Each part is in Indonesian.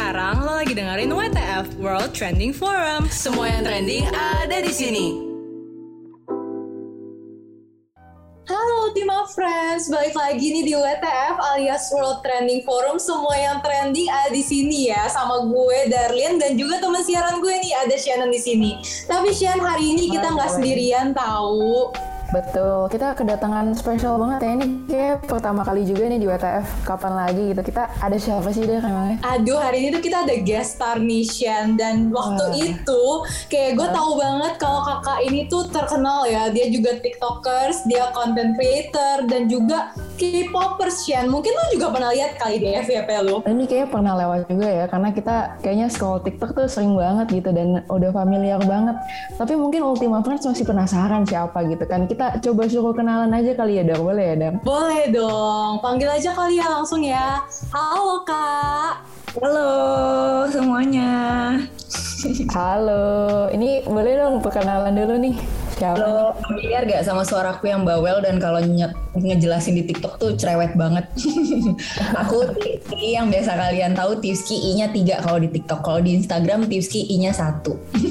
sekarang lo lagi dengerin WTF World Trending Forum. Semua yang trending ada di sini. Halo Ultima Friends, balik lagi nih di WTF alias World Trending Forum. Semua yang trending ada di sini ya, sama gue Darlin dan juga teman siaran gue nih ada Shannon di sini. Tapi Shan, hari ini kita nggak sendirian tahu. Betul, kita kedatangan spesial banget ya. Ini kayak pertama kali juga nih di WTF. Kapan lagi gitu, kita ada siapa sih deh emangnya? Aduh, hari ini tuh kita ada guest star nih Shan. Dan waktu itu kayak gue tahu banget kalau kakak ini tuh terkenal ya. Dia juga tiktokers, dia content creator dan juga K-popers Shan. Mungkin lo juga pernah lihat kali di FYP lo. Ini kayak pernah lewat juga ya, karena kita kayaknya scroll TikTok tuh sering banget gitu dan udah familiar banget. Tapi mungkin Ultima Friends masih penasaran siapa gitu kan. Kita coba suruh kenalan aja kali ya, Dar. Boleh ya, Dar? Boleh dong. Panggil aja kali ya langsung ya. Halo, Kak. Halo semuanya. Halo. Ini boleh dong perkenalan dulu nih. Siapa? Halo, familiar gak sama suaraku yang bawel dan kalau ngejelasin di TikTok tuh cerewet banget. Aku Tifki yang biasa kalian tahu, Tifki I-nya 3 kalau di TikTok. Kalau di Instagram Tifki I-nya 1.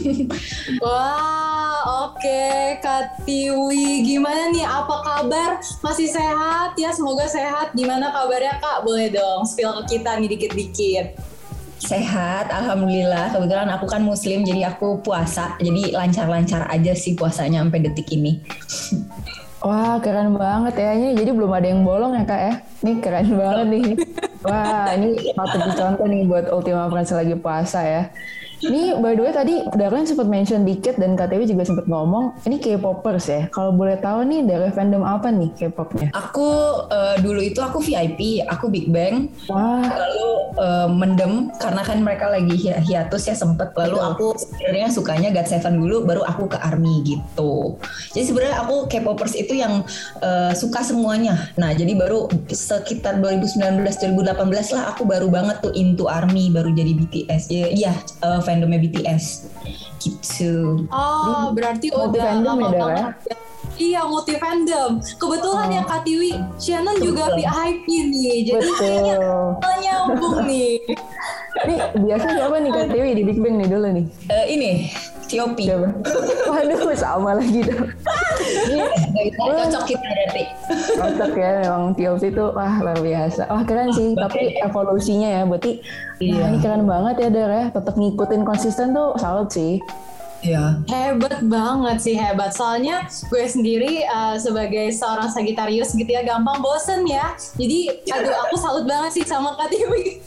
Wah, oke. Kak Tiwi, gimana nih? Apa kabar? Masih sehat ya? Semoga sehat. Gimana kabarnya, Kak? Boleh dong spill ke kita nih dikit-dikit. Sehat, alhamdulillah. Kebetulan aku kan muslim, jadi aku puasa. Jadi lancar-lancar aja sih puasanya sampai detik ini. Wah, keren banget ya. Ini jadi belum ada yang bolong ya, Kak ya? Ini keren banget nih. Wah, ini patut dicontoh nih buat Ultima Friends lagi puasa ya. Ini by the way tadi Darren sempat mention dikit dan KTW juga sempat ngomong ini K-popers ya. Kalau boleh tahu nih dari fandom apa nih K-popnya? Aku dulu itu aku VIP, aku Big Bang. Wah. Lalu mendem karena kan mereka lagi hiatus ya sempet. Lalu aku sebenarnya sukanya GOT7 dulu, baru aku ke ARMY gitu. Jadi sebenarnya aku K-popers itu yang suka semuanya. Nah jadi baru sekitar 2019-2018 lah aku baru banget tuh into ARMY, baru jadi BTS. Iya. Fandomnya BTS gitu. Oh, berarti udah lama banget. Iya, multi fandom. Kebetulan ya Kak Tiwi, Shannon juga VIP nih. Jadi kayaknya nyambung nih. Ini biasa siapa nih Kak Tiwi di Big Bang nih dulu nih? Ini T.O.P. Waduh, sama lagi dong. Cocok kita berarti. Cocok ya, memang T.O.P itu wah luar biasa. Wah keren sih, tapi evolusinya ya, berarti ini keren banget ya Dar ya. Tetap ngikutin konsisten tuh salut sih. Ya. Hebat banget sih, hebat. Soalnya gue sendiri sebagai seorang Sagittarius gitu ya, gampang bosen ya. Jadi aduh aku salut banget sih sama Kak Tiwi.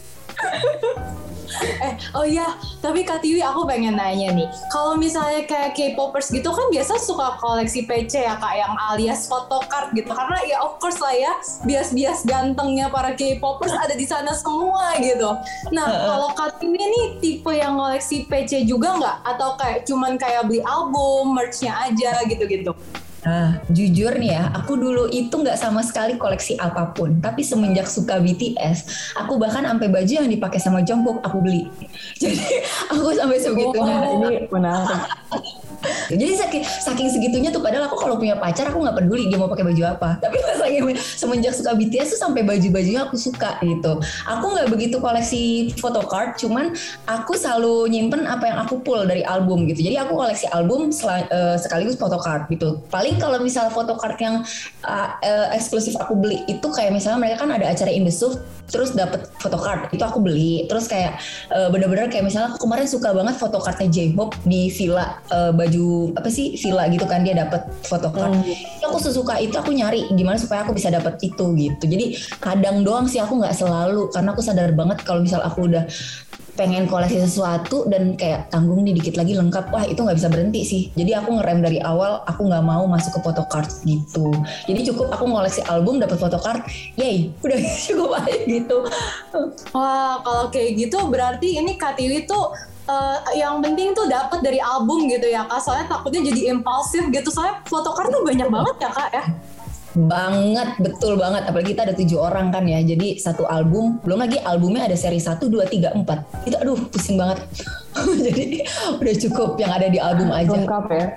Oh iya, tapi Kak Tiwi aku pengen nanya nih. Kalau misalnya kayak K-popers gitu kan biasa suka koleksi PC ya Kak, yang alias photocard gitu. Karena ya of course lah ya, bias-bias gantengnya para K-popers ada di sana semua gitu. Nah, kalau Kak Tiwi nih tipe yang koleksi PC juga nggak? Atau kayak cuman kayak beli album, merch-nya aja gitu-gitu? Nah, jujur nih ya, aku dulu itu nggak sama sekali koleksi apapun. Tapi semenjak suka BTS, aku bahkan sampai baju yang dipakai sama Jungkook aku beli. Jadi aku sampai segitunya. Ini menarik. Jadi saking segitunya tuh, padahal aku kalau punya pacar aku nggak peduli dia mau pakai baju apa. Tapi semenjak suka BTS tuh sampai baju-bajunya aku suka gitu. Aku nggak begitu koleksi photocard, cuman aku selalu nyimpen apa yang aku pull dari album gitu. Jadi aku koleksi album sekaligus photocard gitu. Paling kalau misal photocard yang eksklusif aku beli itu kayak misalnya mereka kan ada acara In The Souk, terus dapet photocard itu aku beli. Terus kayak bener-bener kayak misalnya aku kemarin suka banget photocardnya J-Hope di villa, baju apa sih villa gitu kan, dia dapat photocard. Aku sesuka itu, aku nyari gimana supaya aku bisa dapat itu gitu. Jadi kadang doang sih, aku nggak selalu, karena aku sadar banget kalau misal aku udah pengen koleksi sesuatu dan kayak tanggung nih dikit lagi lengkap, wah itu nggak bisa berhenti sih. Jadi aku ngerem dari awal, aku nggak mau masuk ke photocard gitu. Jadi cukup aku ngoleksi album dapat photocard, yay udah cukup aja gitu. Wah, kalau kayak gitu berarti ini Kak Tiwi tuh yang penting tuh dapat dari album gitu ya Kak. Soalnya takutnya jadi impulsif gitu. Soalnya photocard tuh banyak banget ya Kak ya. Banget, betul banget. Apalagi kita ada 7 orang kan ya. Jadi satu album, belum lagi albumnya ada seri 1, 2, 3, 4. Itu aduh pusing banget. Jadi udah cukup yang ada di album aja. Lengkap ya.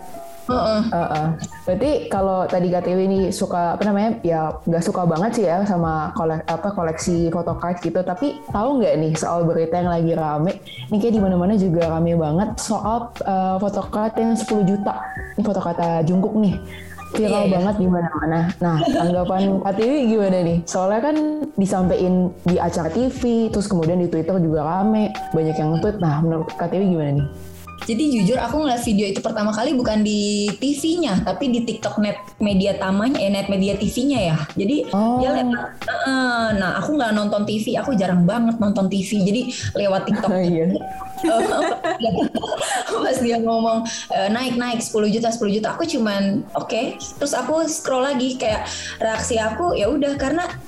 Berarti kalau tadi KTW ini suka apa namanya ya nggak suka banget sih ya sama koleksi photocard gitu, tapi tahu nggak nih soal berita yang lagi rame? Ini kayak di mana-mana juga rame banget soal photocard yang 10 juta. Ini photocard Jungkook nih. Viral banget di mana-mana. Nah, tanggapan KTW gimana nih? Soalnya kan disampaikan di acara TV, terus kemudian di Twitter juga rame, banyak yang nge-tweet. Nah, menurut KTW gimana nih? Jadi jujur aku ngeliat video itu pertama kali bukan di TV-nya, tapi di TikTok net media tamanya, net media TV-nya ya. Jadi dia lewat. Nah, aku nggak nonton TV, aku jarang banget nonton TV. Jadi lewat TikTok. Pas dia ngomong naik 10 juta, aku cuman oke. Terus aku scroll lagi, kayak reaksi aku ya udah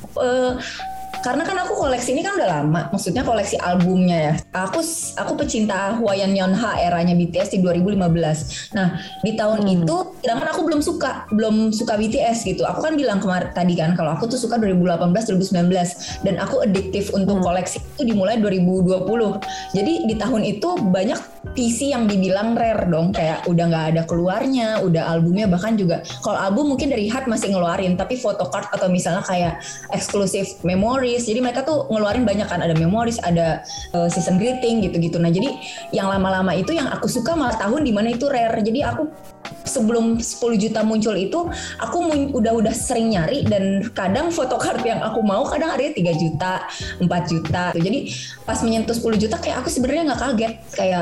karena kan aku koleksi ini kan udah lama, maksudnya koleksi albumnya ya. Aku pecinta Hwayeon Yonha eranya BTS di 2015. Nah di tahun itu, sedangkan aku belum suka BTS gitu. Aku kan bilang kemarin tadi kan kalau aku tuh suka 2018-2019 dan aku addiktif untuk koleksi itu dimulai 2020. Jadi di tahun itu banyak PC yang dibilang rare dong, kayak udah nggak ada keluarnya, udah albumnya bahkan juga kalau album mungkin dari Hype masih ngeluarin, tapi photocard atau misalnya kayak exclusive memories, jadi mereka tuh ngeluarin banyak kan, ada memories, ada season greeting gitu-gitu. Nah jadi yang lama-lama itu yang aku suka malah tahun dimana itu rare. Jadi aku sebelum 10 juta muncul itu aku udah sering nyari, dan kadang photocard yang aku mau kadang harganya 3 juta, 4 juta. Jadi pas menyentuh 10 juta kayak aku sebenarnya nggak kaget, kayak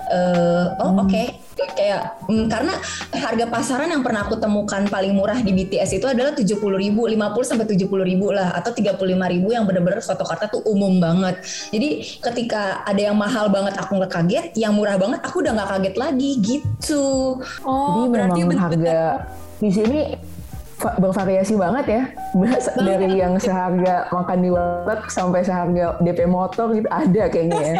oke. Kayak karena harga pasaran yang pernah aku temukan paling murah di BTS itu adalah 70.000, 50 sampai 70.000 lah, atau 35.000 yang benar-benar photocardnya tuh umum banget. Jadi ketika ada yang mahal banget aku nggak kaget, yang murah banget aku udah nggak kaget lagi gitu. Jadi berarti memang harga di sini bervariasi banget ya, dari yang seharga makan di warteg sampai seharga DP motor gitu ada kayaknya ya.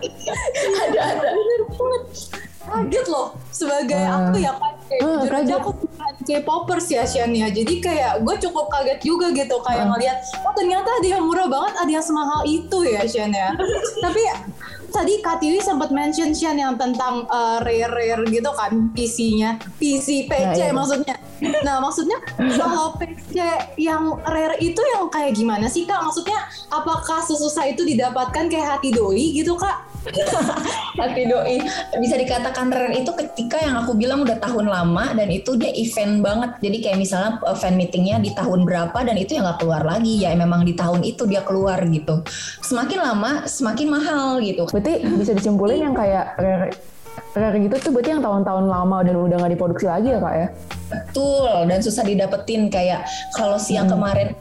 ada bener banget. Kaget loh sebagai aku ya kan, jujur aja aku bukan K-popers ya Shan ya, jadi kayak gue cukup kaget juga gitu kayak ngelihat ternyata ada yang murah banget, ada yang semahal itu ya Shan ya. Tapi tadi Kak Tiwi sempat mention Shan yang tentang rare gitu kan, PC maksudnya. Nah maksudnya kalau PC yang rare itu yang kayak gimana sih Kak? Maksudnya apakah sesusah itu didapatkan kayak hati doi gitu Kak? Hati doi bisa dikatakan rare itu ketika yang aku bilang udah tahun lama dan itu dia event banget. Jadi kayak misalnya fan meetingnya di tahun berapa dan itu yang nggak keluar lagi, ya memang di tahun itu dia keluar gitu. Semakin lama semakin mahal gitu. Berarti bisa disimpulin yang kayak rare gitu tuh berarti yang tahun-tahun lama dan udah nggak diproduksi lagi ya Kak ya? Betul, dan susah didapetin. Kayak kalau siang kemarin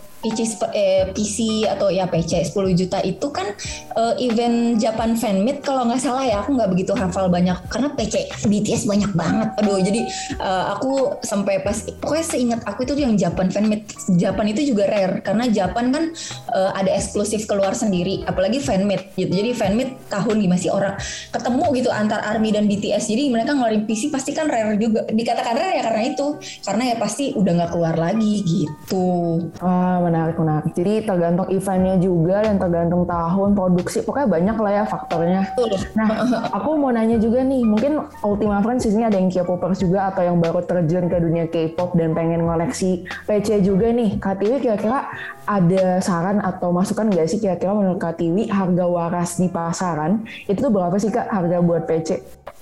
PC atau ya PC 10 juta itu kan event Japan Fan Meet kalau nggak salah ya, aku nggak begitu hafal banyak karena PC BTS banyak banget. Aduh, jadi aku sampai pas pokoknya seingat aku itu yang Japan Fan Meet. Japan itu juga rare karena Japan kan ada eksklusif keluar sendiri, apalagi Fan Meet gitu. Jadi Fan Meet tahun masih orang ketemu gitu antar ARMY dan BTS. Jadi mereka ngeluarin PC pasti kan rare juga. Dikatakan rare ya karena itu, karena ya pasti udah nggak keluar lagi gitu. Menarik. Jadi tergantung eventnya juga dan tergantung tahun produksi. Pokoknya banyak lah ya faktornya. Nah, aku mau nanya juga nih, mungkin Ultima Friends di sini ada yang K-popers juga atau yang baru terjun ke dunia K-pop dan pengen ngoleksi PC juga nih. Kak Tiwi kira-kira ada saran atau masukan nggak sih kira-kira menurut Kak Tiwi harga waras di pasaran itu tuh berapa sih Kak harga buat PC?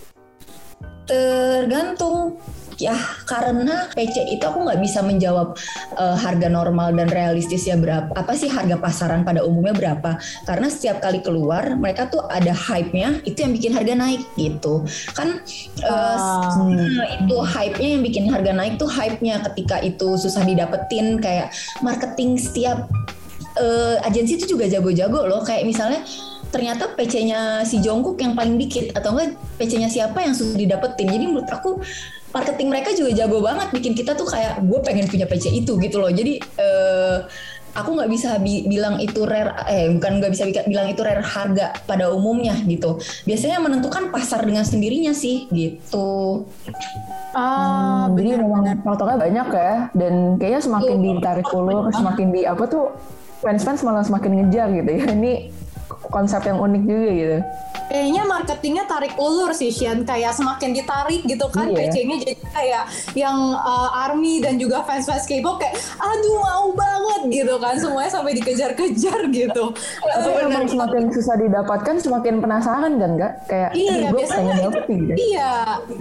Tergantung. Ya karena PC itu aku nggak bisa menjawab harga normal dan realistis ya berapa, apa sih harga pasaran pada umumnya berapa, karena setiap kali keluar mereka tuh ada hype-nya, itu yang bikin harga naik gitu kan. Itu hype-nya yang bikin harga naik tuh hype-nya ketika itu susah didapetin. Kayak marketing setiap agensi itu juga jago-jago loh, kayak misalnya ternyata PC-nya si Jungkook yang paling dikit atau enggak PC-nya siapa yang susah didapetin. Jadi menurut aku marketing mereka juga jago banget bikin kita tuh kayak gue pengen punya PC itu gitu loh. Jadi aku nggak bisa bilang itu rare, bukan nggak bisa bilang itu rare harga pada umumnya gitu. Biasanya menentukan pasar dengan sendirinya sih gitu. Jadi memang faktornya banyak ya, dan kayaknya semakin ditarik ulur, semakin di apa tuh fans malah semakin ngejar gitu ya. Ini konsep yang unik juga gitu. Kayaknya marketingnya tarik ulur sih Shen, kayak semakin ditarik gitu kan PC-nya jadi kayak yang ARMY dan juga fans-fans K-pop kayak aduh mau banget gitu kan, semuanya sampai dikejar-kejar gitu. Tapi memang semakin susah didapatkan semakin penasaran kan Kak? Kayak gue pengen dapet gitu. Iya.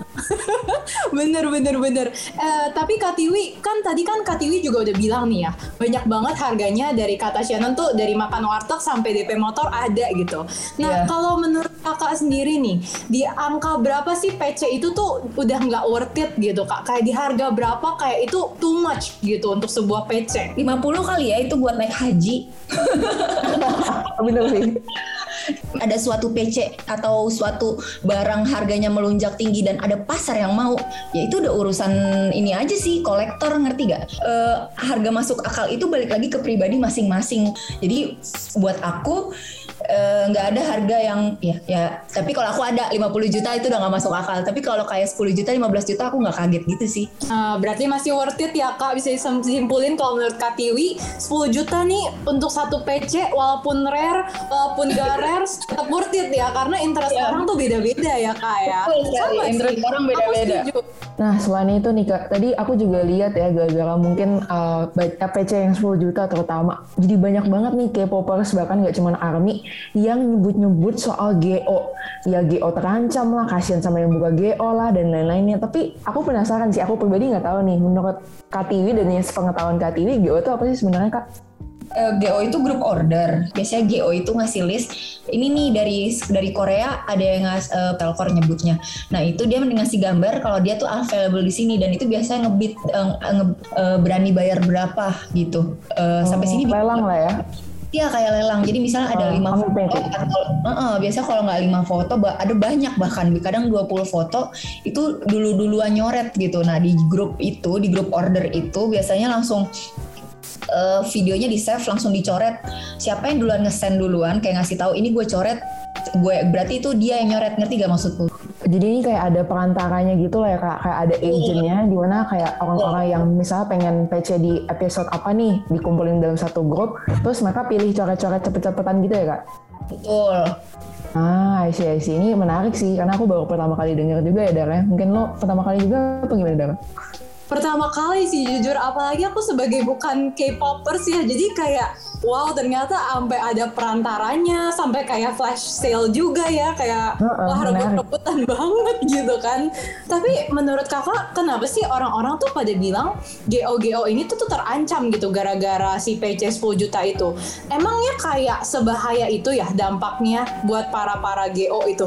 bener. Tapi Kak Tiwi kan tadi kan Kak Tiwi juga udah bilang nih ya, banyak banget harganya dari kata Shannon tuh dari makan warteg sampai DP motor ada gitu. Nah kalau menurut Kakak sendiri nih, di angka berapa sih PC itu tuh udah nggak worth it gitu Kak? Kayak di harga berapa kayak itu too much gitu untuk sebuah PC? 50 kali ya itu buat naik haji. Bener sih. Ada suatu PC atau suatu barang harganya melonjak tinggi dan ada pasar yang mau, ya itu udah urusan ini aja sih, kolektor, ngerti gak? Harga masuk akal itu balik lagi ke pribadi masing-masing. Jadi buat aku nggak ada harga yang ya tapi kalau aku ada 50 juta itu udah nggak masuk akal, tapi kalau kayak 10 juta 15 juta aku nggak kaget gitu sih. Berarti masih worth it ya Kak, bisa disimpulin kalau menurut Kak Tiwi 10 juta nih untuk satu PC walaupun rare walaupun gak rare tetap worth it ya, karena interest orang tuh beda-beda ya Kak ya. Sama interest orang beda-beda. Nah selain itu nih Kak, tadi aku juga lihat ya gara-gara mungkin baca PC yang 10 juta terutama, jadi banyak banget nih K-popers bahkan nggak cuma ARMY yang nyebut-nyebut soal GO. Ya GO terancam lah, kasihan sama yang buka GO lah dan lain-lainnya. Tapi aku penasaran sih, aku pribadi nggak tahu nih menurut Kak Tiwi dan yang sepengetahuan Kak Tiwi, GO itu apa sih sebenarnya Kak? GO itu group order. Biasanya GO itu ngasih list. Ini nih dari Korea ada yang Telkor nyebutnya. Nah itu dia ngasih gambar kalau dia tuh available di sini dan itu biasanya ngebid berani bayar berapa gitu. Sampai sini lelang lah ya. Iya kayak lelang. Jadi misalnya ada 5 foto atau biasanya kalau nggak 5 foto ada banyak, bahkan kadang 20 foto itu duluan nyoret gitu. Nah di grup order itu biasanya langsung videonya di save langsung dicoret. Siapa yang duluan nge-send duluan kayak ngasih tahu ini gue coret, berarti itu dia yang nyoret, ngerti gak maksudku? Jadi ini kayak ada perantaranya gitu lah ya Kak, kayak ada agentnya di mana kayak orang-orang yang misalnya pengen PC di episode apa nih dikumpulin dalam satu grup, terus mereka pilih coret-coret cepet-cepetan gitu ya Kak? Betul. I see. Ini menarik sih, karena aku baru pertama kali denger juga ya Dar ya. Mungkin lo pertama kali juga apa gimana Dar? Pertama kali sih jujur, apalagi aku sebagai bukan K-popers ya, jadi kayak wow ternyata sampai ada perantaranya, sampai kayak flash sale juga ya, kayak wah rebut-rebutan banget gitu kan. Tapi menurut Kakak kenapa sih orang-orang tuh pada bilang GO ini tuh terancam gitu gara-gara si PC 10 juta itu? Emangnya kayak sebahaya itu ya dampaknya buat para GO itu?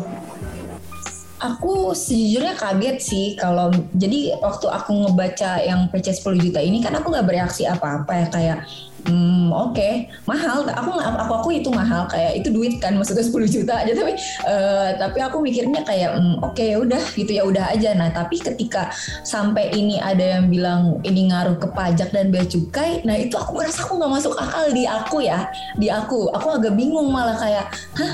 Aku sejujurnya kaget sih jadi waktu aku ngebaca yang PC 10 juta ini kan aku nggak bereaksi apa-apa ya, kayak oke, mahal. Aku itu mahal, kayak itu duit kan, maksudnya 10 juta aja, tapi aku mikirnya kayak oke, udah gitu ya udah aja. Nah tapi ketika sampai ini ada yang bilang ini ngaruh ke pajak dan bea cukai, nah itu aku ngerasa aku nggak masuk akal di aku agak bingung malah kayak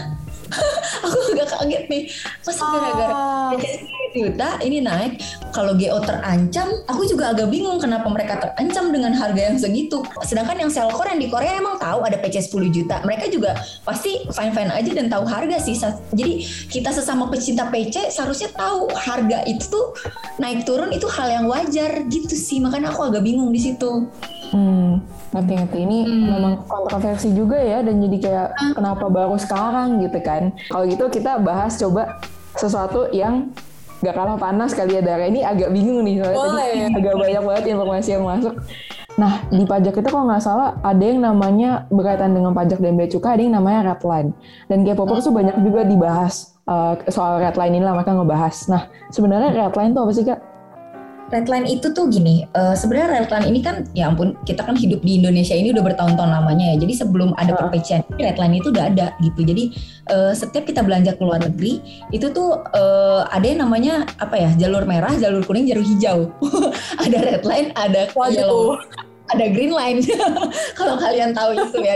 aku agak kaget nih, masa gara-gara juta ini naik. Kalau GO terancam, aku juga agak bingung kenapa mereka terancam dengan harga yang segitu. Sedangkan yang Selcor yang di Korea emang tahu ada PC 10 juta, mereka juga pasti fine-fine aja dan tahu harga sih. Jadi kita sesama pecinta PC seharusnya tahu harga itu tuh naik turun itu hal yang wajar gitu sih. Makanya aku agak bingung di situ. Ngerti. Ini memang kontroversi juga ya, dan jadi kayak kenapa baru sekarang gitu kan. Kalau gitu kita bahas coba sesuatu yang gak kalah panas kali ya Dara. Ini agak bingung nih soalnya agak banyak banget informasi yang masuk. Nah di pajak itu kalau nggak salah ada yang namanya berkaitan dengan pajak dan bea cukai, ada yang namanya redline. Dan K-popers tuh banyak juga dibahas soal redline ini lah, mereka ngebahas. Nah sebenarnya redline tuh apa sih Kak? Redline itu tuh gini, sebenarnya redline ini kan, ya ampun, kita kan hidup di Indonesia ini udah bertahun-tahun lamanya ya. Jadi sebelum ada perpecahan, redline itu udah ada gitu. Jadi setiap kita belanja ke luar negeri, itu tuh ada yang namanya apa ya, jalur merah, jalur kuning, jalur hijau. Ada redline, ada yellow, ada green line. Kalau kalian tahu itu ya. Jadi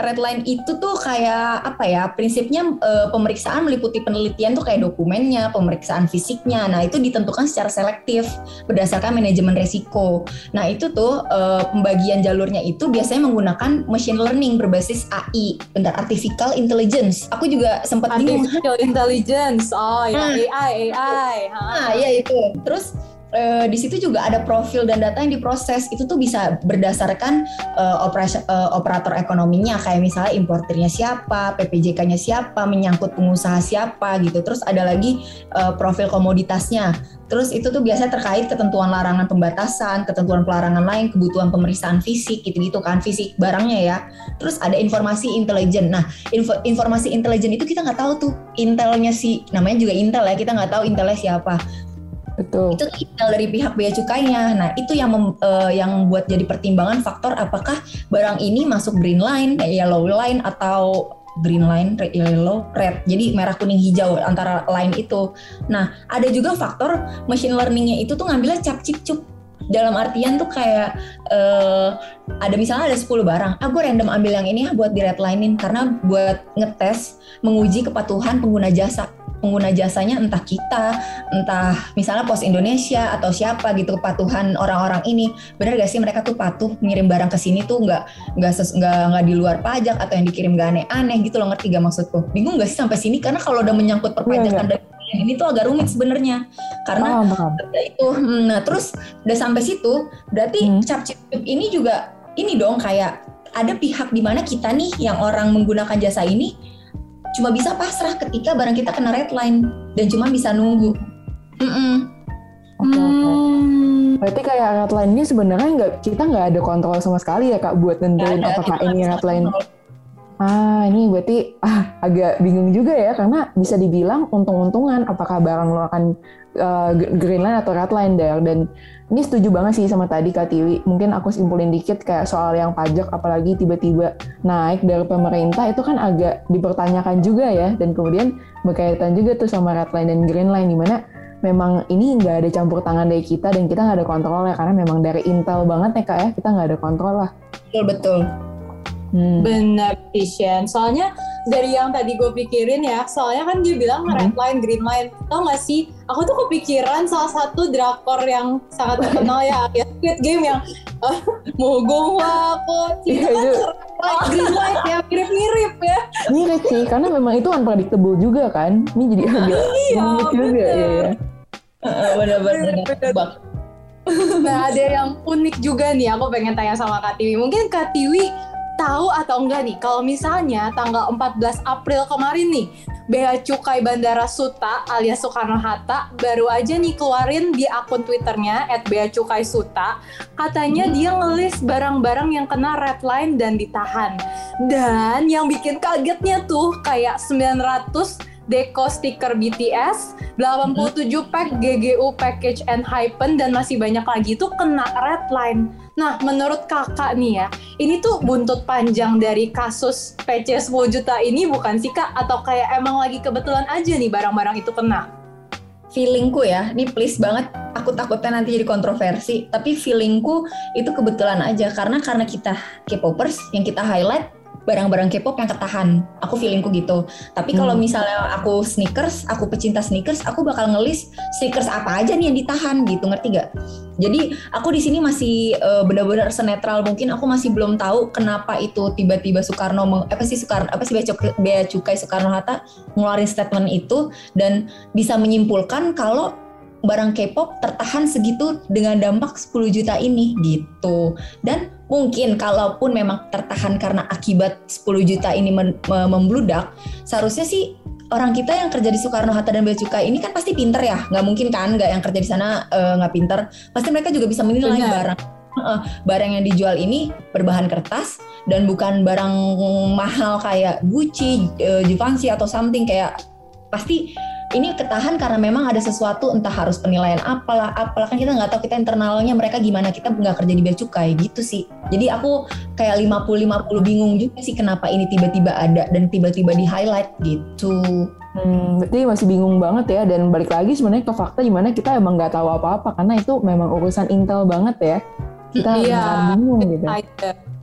Redline itu tuh kayak apa ya? Prinsipnya pemeriksaan meliputi penelitian tuh kayak dokumennya, pemeriksaan fisiknya. Nah, itu ditentukan secara selektif berdasarkan manajemen resiko. Nah, itu tuh pembagian jalurnya itu biasanya menggunakan machine learning berbasis AI, artificial intelligence. Aku juga sempat bingung. Artificial intelligence. Oh, ya AI. Nah, ya itu. Terus di situ juga ada profil dan data yang diproses. Itu tuh bisa berdasarkan operator ekonominya, kayak misalnya importirnya siapa, PPJK-nya siapa, menyangkut pengusaha siapa gitu. Terus ada lagi profil komoditasnya. Terus itu tuh biasanya terkait ketentuan larangan pembatasan, ketentuan pelarangan lain, kebutuhan pemeriksaan fisik gitu-gitu kan, fisik barangnya ya. Terus ada informasi intelijen. Nah, informasi intelijen itu kita nggak tahu tuh intelnya sih, namanya juga intel ya, kita nggak tahu intelnya siapa. Betul. Itu intel dari pihak bea cukainya. Nah, itu yang buat jadi pertimbangan faktor apakah barang ini masuk green line, yellow line, atau green line, yellow, red. Jadi merah, kuning, hijau antara line itu. Nah, ada juga faktor machine learning-nya itu tuh ngambilnya cap cip cup. Dalam artian tuh kayak ada misalnya ada 10 barang, gue random ambil yang ini buat di redlinein karena buat ngetes, menguji kepatuhan pengguna jasa. Pengguna jasanya entah kita, entah misalnya Pos Indonesia atau siapa gitu, kepatuhan orang-orang ini benar gak sih mereka tuh patuh ngirim barang ke sini tuh nggak di luar pajak atau yang dikirim gak aneh-aneh gitu loh, ngerti gak maksudku? Bingung gak sih sampai sini karena kalau udah menyangkut perpajakan dan ini tuh agak rumit sebenarnya karena itu. Nah terus udah sampai situ berarti cap cip ini juga ini dong kayak ada pihak di mana kita nih yang orang menggunakan jasa ini cuma bisa pasrah ketika barang kita kena red line dan cuma bisa nunggu. Oke. Berarti kayak red line ini sebenarnya kita nggak ada kontrol sama sekali ya Kak buat nentuin apakah ini red line. Ini berarti agak bingung juga ya karena bisa dibilang untung-untungan apakah barang lo akan green line atau red line there. Dan ini setuju banget sih sama tadi Kak Tiwi. Mungkin aku simpulin dikit kayak soal yang pajak apalagi tiba-tiba naik dari pemerintah itu kan agak dipertanyakan juga ya. Dan kemudian berkaitan juga tuh sama red line dan green line dimana memang ini nggak ada campur tangan dari kita dan kita nggak ada kontrolnya karena memang dari intel banget ya Kak ya, kita nggak ada kontrol lah. Betul. Benar, Tishan. Soalnya dari yang tadi gue pikirin ya, soalnya kan dia bilang red line, green line. Tau gak sih, aku tuh kepikiran salah satu drakor yang sangat terkenal ya Squid Game yang Mugung Wako, green light ya, mirip-mirip ya. Mirip sih, karena memang itu unpredictable juga kan. Ini jadi agak mirip juga ya. Benar-benar. Nah ada yang unik juga nih, aku pengen tanya sama Kak Tiwi. Mungkin Kak Tiwi tahu atau enggak nih, kalau misalnya tanggal 14 April kemarin nih, Bea Cukai Bandara Suta alias Soekarno-Hatta baru aja nih keluarin di akun Twitternya @beacukaisuta, katanya dia ngelis barang-barang yang kena red line dan ditahan. Dan yang bikin kagetnya tuh kayak 900 Deco stiker BTS, 87 pack GGU package and hypen, dan masih banyak lagi tuh kena red line. Nah, menurut kakak nih ya, ini tuh buntut panjang dari kasus PC 10 juta ini bukan sih Kak? Atau kayak emang lagi kebetulan aja nih barang-barang itu kena? Feelingku ya, ini please banget, aku takutnya nanti jadi kontroversi, tapi feelingku itu kebetulan aja, karena kita K-popers yang kita highlight barang-barang K-pop yang ketahan. Aku feelingku gitu. Tapi kalau misalnya aku sneakers, aku pecinta sneakers, aku bakal ngelis sneakers apa aja nih yang ditahan gitu, ngerti gak? Jadi aku di sini masih benar-benar senetral mungkin. Aku masih belum tahu kenapa itu tiba-tiba Bea Cukai Soekarno-Hatta ngeluarin statement itu dan bisa menyimpulkan kalau barang K-pop tertahan segitu dengan dampak 10 juta ini gitu. Dan mungkin kalaupun memang tertahan karena akibat 10 juta ini membludak, seharusnya sih orang kita yang kerja di Soekarno-Hatta dan Bea Cukai ini kan pasti pinter ya. Nggak mungkin kan nggak yang kerja di sana nggak pinter. Pasti mereka juga bisa menilai barang yang dijual ini berbahan kertas dan bukan barang mahal kayak Gucci, Givenchy atau something, kayak pasti ini ketahan karena memang ada sesuatu, entah harus penilaian apalah kan kita nggak tahu kita internalnya mereka gimana, kita nggak kerja di Bea Cukai gitu sih. Jadi aku kayak 50-50 bingung juga sih kenapa ini tiba-tiba ada dan tiba-tiba di highlight gitu. Berarti masih bingung banget ya, dan balik lagi sebenarnya ke fakta gimana kita emang nggak tahu apa-apa karena itu memang urusan intel banget ya. Kita bingung gitu.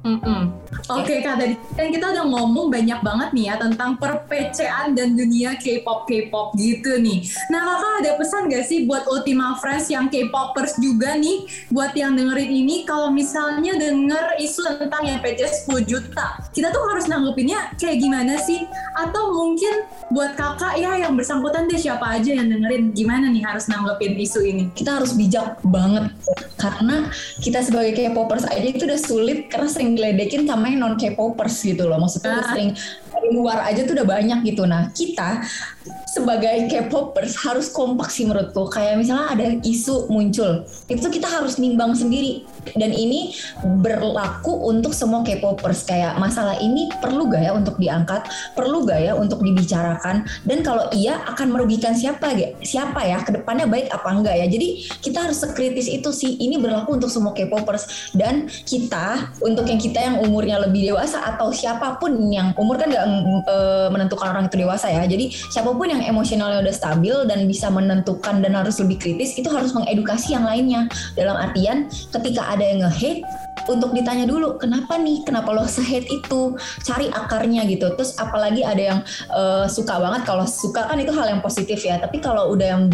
Oke Kak, tadi kan kita udah ngomong banyak banget nih ya tentang perpecean dan dunia K-pop gitu nih. Nah Kakak ada pesan gak sih buat Ultima Friends yang K-popers juga nih, buat yang dengerin ini, kalau misalnya denger isu tentang yang PC 10 juta, kita tuh harus nanggepinnya kayak gimana sih? Atau mungkin buat Kakak ya yang bersangkutan deh, siapa aja yang dengerin, gimana nih harus nanggepin isu ini? Kita harus bijak banget karena kita sebagai K-popers aja itu udah sulit karena sering diledekin sama yang non K-popers gitu loh. Maksudnya sering dari luar aja tuh udah banyak gitu. Nah kita sebagai K-popers harus kompak sih menurutku. Kayak misalnya ada isu muncul, itu kita harus nimbang sendiri. Dan ini berlaku untuk semua K-popers. Kayak masalah ini perlu gak ya untuk diangkat, perlu gak ya untuk dibicarakan, dan kalau iya akan merugikan siapa ya, kedepannya baik apa enggak ya. Jadi kita harus sekritis itu sih. Ini berlaku untuk semua K-popers. Dan kita, untuk yang kita yang umurnya lebih dewasa atau siapapun yang umur kan gak menentukan orang itu dewasa ya. Jadi siapapun yang emosionalnya udah stabil dan bisa menentukan dan harus lebih kritis, itu harus mengedukasi yang lainnya. Dalam artian ketika ada yang nge-hate, untuk ditanya dulu kenapa lo se-hate itu, cari akarnya gitu. Terus apalagi ada yang suka banget, kalau suka kan itu hal yang positif ya, tapi kalau udah yang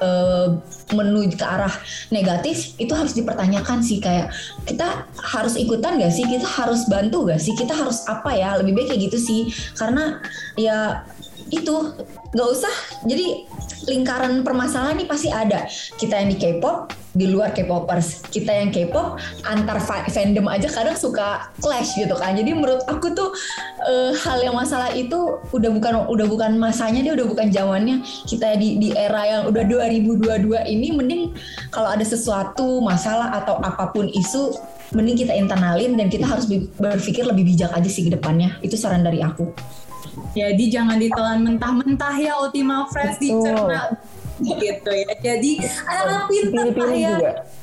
menuju ke arah negatif itu harus dipertanyakan sih, kayak kita harus ikutan gak sih, kita harus bantu gak sih, kita harus apa ya, lebih baik kayak gitu sih. Karena ya itu gak usah, jadi lingkaran permasalahan ini pasti ada. Kita yang di K-pop, di luar K-popers, kita yang K-pop antar fandom aja kadang suka clash gitu kan. Jadi menurut aku tuh hal yang masalah itu udah bukan masanya, dia udah bukan zamannya. Kita di era yang udah 2022 ini, mending kalau ada sesuatu masalah atau apapun isu, mending kita internalin dan kita harus berpikir lebih bijak aja sih ke depannya. Itu saran dari aku. Jadi jangan ditelan mentah-mentah ya Ultima Friends, dicerna gitu ya. Jadi anak-anak pintar ya.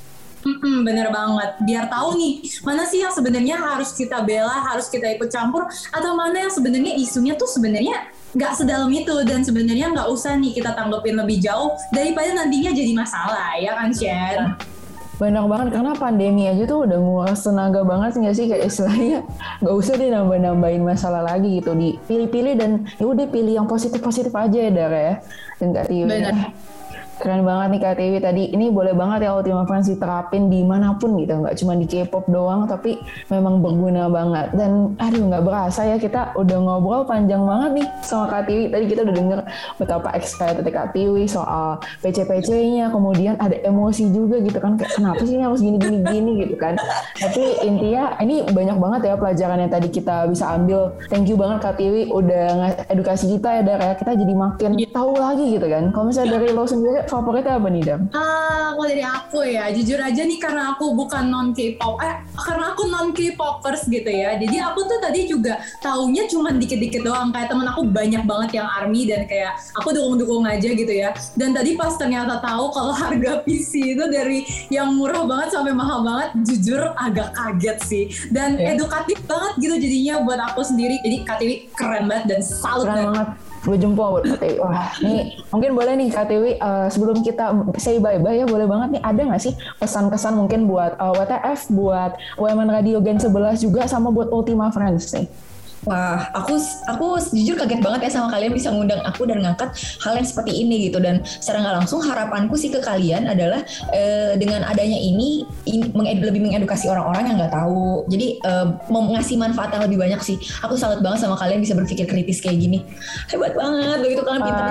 Bener banget. Biar tahu nih mana sih yang sebenarnya harus kita bela, harus kita ikut campur, atau mana yang sebenarnya isunya tuh sebenarnya nggak sedalam itu dan sebenarnya nggak usah nih kita tanggepin lebih jauh daripada nantinya jadi masalah, ya kan Shen? Banyak banget, karena pandemi aja tuh udah nguras tenaga banget nggak sih, kayak istilahnya nggak usah deh nambah-nambahin masalah lagi gitu, dipilih-pilih dan ya udah pilih yang positif-positif aja ya Dara ya. Dan Kak Tiwi, keren banget nih Kak Tiwi tadi. Ini boleh banget ya Ultima Friends diterapin dimanapun gitu, nggak cuma di K-pop doang, tapi memang berguna banget. Dan aduh nggak berasa ya kita udah ngobrol panjang banget nih sama Kak Tiwi. Tadi kita udah denger betapa excited Kak Tiwi soal PC-PC-nya, kemudian ada emosi juga gitu kan, kayak kenapa sih ini harus gini gitu kan. Tapi intinya ini banyak banget ya pelajaran yang tadi kita bisa ambil. Thank you banget Kak Tiwi udah edukasi kita ya Dara, kita jadi makin tahu lagi gitu kan. Kalau misalnya dari lo sendiri favoritnya apa nih Dam? Kalau dari aku ya, jujur aja nih, karena aku bukan karena aku non K-popers gitu ya. Jadi aku tuh tadi juga taunya cuma dikit-dikit doang. Kayak temen aku banyak banget yang ARMY dan kayak aku dukung-dukung aja gitu ya. Dan tadi pas ternyata tahu kalau harga PC itu dari yang murah banget sampai mahal banget, jujur agak kaget sih. Dan edukatif banget gitu jadinya buat aku sendiri. Jadi Kak Tiwi keren banget dan salut banget. Gue jempol buat Kak Tiwi. Wah, nih mungkin boleh nih Kak Tiwi, sebelum kita say bye-bye ya, boleh banget nih, ada nggak sih pesan-kesan mungkin buat WTF, buat Women Radio Gen 11 juga, sama buat Ultima Friends nih? Wah, aku jujur kaget banget ya sama kalian bisa ngundang aku dan ngangkat hal yang seperti ini gitu. Dan secara nggak langsung harapanku sih ke kalian adalah dengan adanya ini lebih mengedukasi orang-orang yang nggak tahu. Jadi ngasih manfaat yang lebih banyak sih. Aku salut banget sama kalian bisa berpikir kritis kayak gini. Hebat banget, begitu kalian pintar.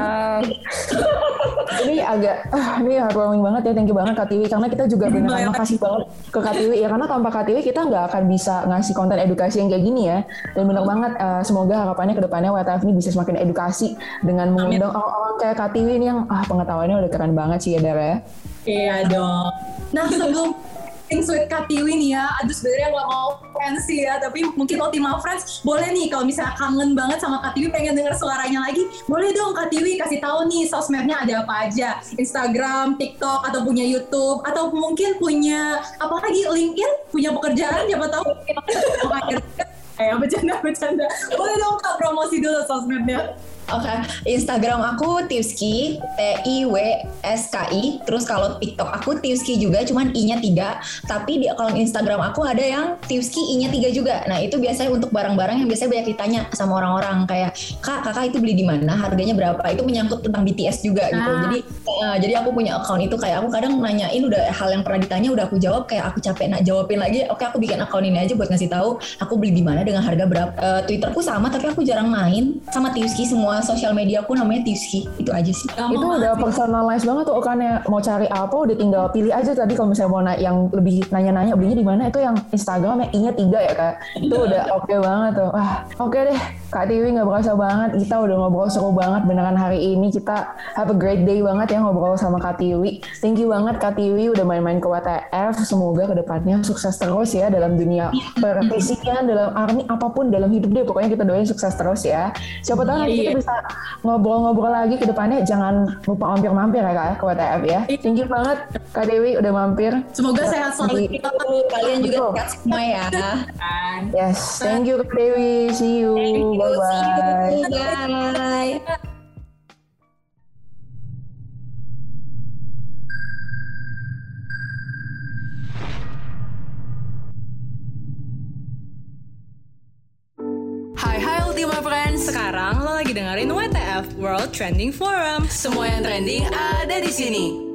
Ini heartwarming banget ya, thank you banget Kak Tiwi, karena kita juga benar-benar makasih banget ke Kak Tiwi ya, karena tanpa Kak Tiwi kita nggak akan bisa ngasih konten edukasi yang kayak gini ya. Dan benar banget, semoga harapannya ke depannya WTF ini bisa semakin edukasi dengan mengundang orang-orang kayak Kak Tiwi ini yang pengetahuannya udah keren banget sih ya Dara ya. Iya dong. Nah sebelum sweet Kak Tiwi nih ya, aduh sebenarnya nggak mau fancy ya, tapi mungkin Ultima Friends boleh nih kalau misalnya kangen banget sama Kak Tiwi, pengen denger suaranya lagi, boleh dong Kak Tiwi kasih tahu nih sosmednya ada apa aja, Instagram, TikTok, atau punya YouTube, atau mungkin punya apa lagi, LinkedIn, punya pekerjaan, siapa tahu. Bercanda. Boleh dong Kak promosi dulu sosmednya. Oke, Instagram aku Tiwski, Tiwski. Terus kalau TikTok aku Tiwski juga, cuman I-nya 3. Tapi di akun Instagram aku ada yang Tiwski I-nya 3 juga. Nah itu biasanya untuk barang-barang yang biasanya banyak ditanya sama orang-orang kayak, kakak itu beli di mana, harganya berapa? Itu menyangkut tentang BTS juga gitu. Jadi aku punya akun itu, kayak aku kadang nanyain udah hal yang pernah ditanya udah aku jawab, kayak aku capek jawabin lagi. Oke, aku bikin akun ini aja buat ngasih tahu aku beli di mana dengan harga berapa. Twitterku sama, tapi aku jarang main sama Tiwski. Semua sosial media aku namanya Tiwski. Itu aja sih. Itu udah personalize banget tuh kan ya. Mau cari apa udah tinggal pilih aja. Tadi kalau misalnya mau yang lebih nanya-nanya belinya di mana, itu yang Instagram yang I-nya 3 ya Kak. Itu udah oke banget tuh. Wah, oke deh. Kak Tiwi nggak berasa banget, kita udah ngobrol seru banget beneran hari ini. Kita have a great day banget ya ngobrol sama Kak Tiwi. Thank you banget Kak Tiwi udah main-main ke WTF. Semoga kedepannya sukses terus ya dalam dunia perfisikan, dalam army, apapun dalam hidup deh. Pokoknya kita doain sukses terus ya. Siapa tahu nanti kita bisa ngobrol-ngobrol lagi ke depannya. Jangan lupa mampir-mampir ya Kak ya, ke WTF ya. Thank you banget Kak Dewi udah mampir. Semoga sehat selalu. Kalian juga sehat semua ya. Yes, thank you Kak Dewi. See you. Bye-bye. Bye. Hai Ultima Friends, sekarang lo lagi dengerin WTF World Trending Forum. Semua yang trending ada di sini.